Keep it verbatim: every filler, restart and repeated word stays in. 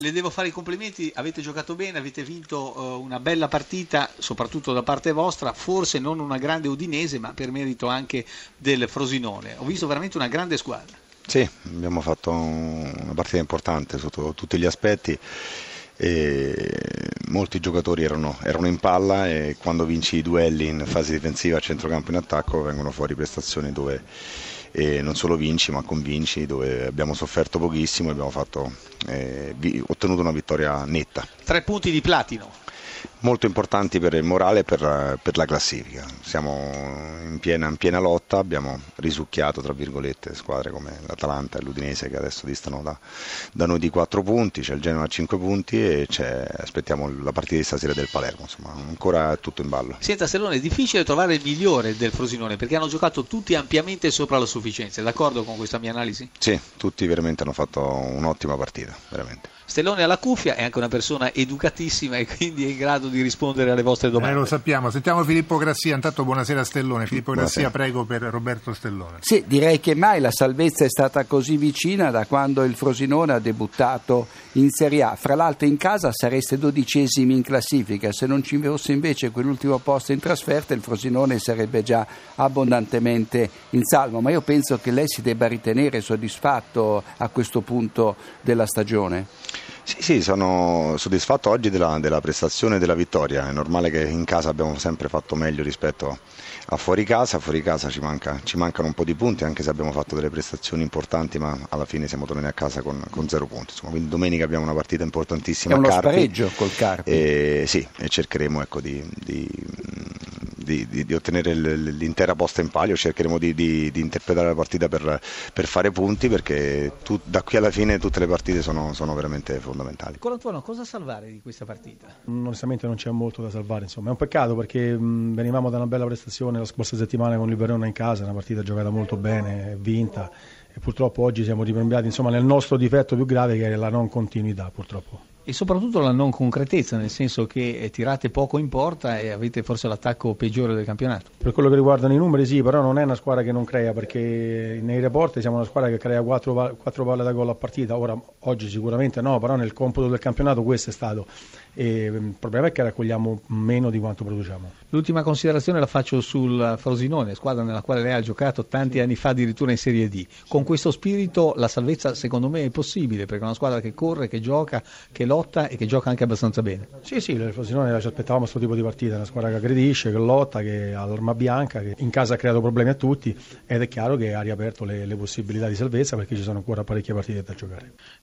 Le devo fare i complimenti, avete giocato bene, avete vinto uh, una bella partita, soprattutto da parte vostra, forse non una grande Udinese, ma per merito anche del Frosinone. Ho visto veramente una grande squadra. Sì, abbiamo fatto una partita importante sotto tutti gli aspetti. E molti giocatori erano, erano in palla e quando vinci i duelli in fase difensiva a centrocampo in attacco vengono fuori prestazioni dove eh, non solo vinci ma convinci, dove abbiamo sofferto pochissimo e abbiamo fatto, eh, vi, ottenuto una vittoria netta. Tre punti di platino. Molto importanti per il morale e per, per la classifica. Siamo in piena, in piena lotta, abbiamo risucchiato tra virgolette squadre come l'Atalanta e l'Udinese che adesso distano da, da noi di quattro punti, c'è il Genoa a cinque punti e aspettiamo la partita di stasera del Palermo, insomma ancora tutto in ballo. Senta Stellone, è difficile trovare il migliore del Frosinone perché hanno giocato tutti ampiamente sopra la sufficienza, è d'accordo con questa mia analisi? Sì, tutti veramente hanno fatto un'ottima partita, veramente. Stellone alla cuffia è anche una persona educatissima e quindi è in grado di rispondere alle vostre domande. Eh, lo sappiamo. Sentiamo Filippo Grassia. Intanto buonasera Stellone. Filippo Grassia, prego, per Roberto Stellone. Sì, direi che mai la salvezza è stata così vicina da quando il Frosinone ha debuttato in Serie A. Fra l'altro in casa sareste dodicesimi in classifica, se non ci fosse invece quell'ultimo posto in trasferta il Frosinone sarebbe già abbondantemente in salvo, ma io penso che lei si debba ritenere soddisfatto a questo punto della stagione. Sì, sì, sono soddisfatto oggi della, della prestazione e della vittoria. È normale che in casa abbiamo sempre fatto meglio rispetto a fuori casa. Fuori casa ci, manca, ci mancano un po' di punti, anche se abbiamo fatto delle prestazioni importanti, ma alla fine siamo tornati a casa con, con zero punti. Insomma, quindi domenica abbiamo una partita importantissima. È uno a Carpi, spareggio col Carpi. E, sì, e cercheremo ecco, di, di, di, di, di ottenere l'intera posta in palio. Cercheremo di, di, di interpretare la partita per, per fare punti, perché tu, da qui alla fine tutte le partite sono, sono veramente fondamentali. Colantuono, cosa salvare di questa partita? Onestamente non c'è molto da salvare, insomma. È un peccato perché mh, venivamo da una bella prestazione la scorsa settimana con il Verona in casa, una partita giocata molto bene, vinta, e purtroppo oggi siamo riprembiati insomma nel nostro difetto più grave, che è la non continuità, purtroppo. E soprattutto la non concretezza, nel senso che tirate poco in porta e avete forse l'attacco peggiore del campionato. Per quello che riguardano i numeri sì, però non è una squadra che non crea, perché nei report siamo una squadra che crea quattro palle da gol a partita. Ora oggi sicuramente no, però nel computo del campionato questo è stato, e il problema è che raccogliamo meno di quanto produciamo. L'ultima considerazione la faccio sul Frosinone, squadra nella quale lei ha giocato tanti anni fa addirittura in Serie D. Con questo spirito la salvezza secondo me è possibile, perché è una squadra che corre, che gioca, che lotta e che gioca anche abbastanza bene. Sì, sì, il Frosinone ci aspettavamo questo tipo di partita, una squadra che aggredisce, che lotta, che ha l'arma bianca, che in casa ha creato problemi a tutti, ed è chiaro che ha riaperto le, le possibilità di salvezza, perché ci sono ancora parecchie partite da giocare.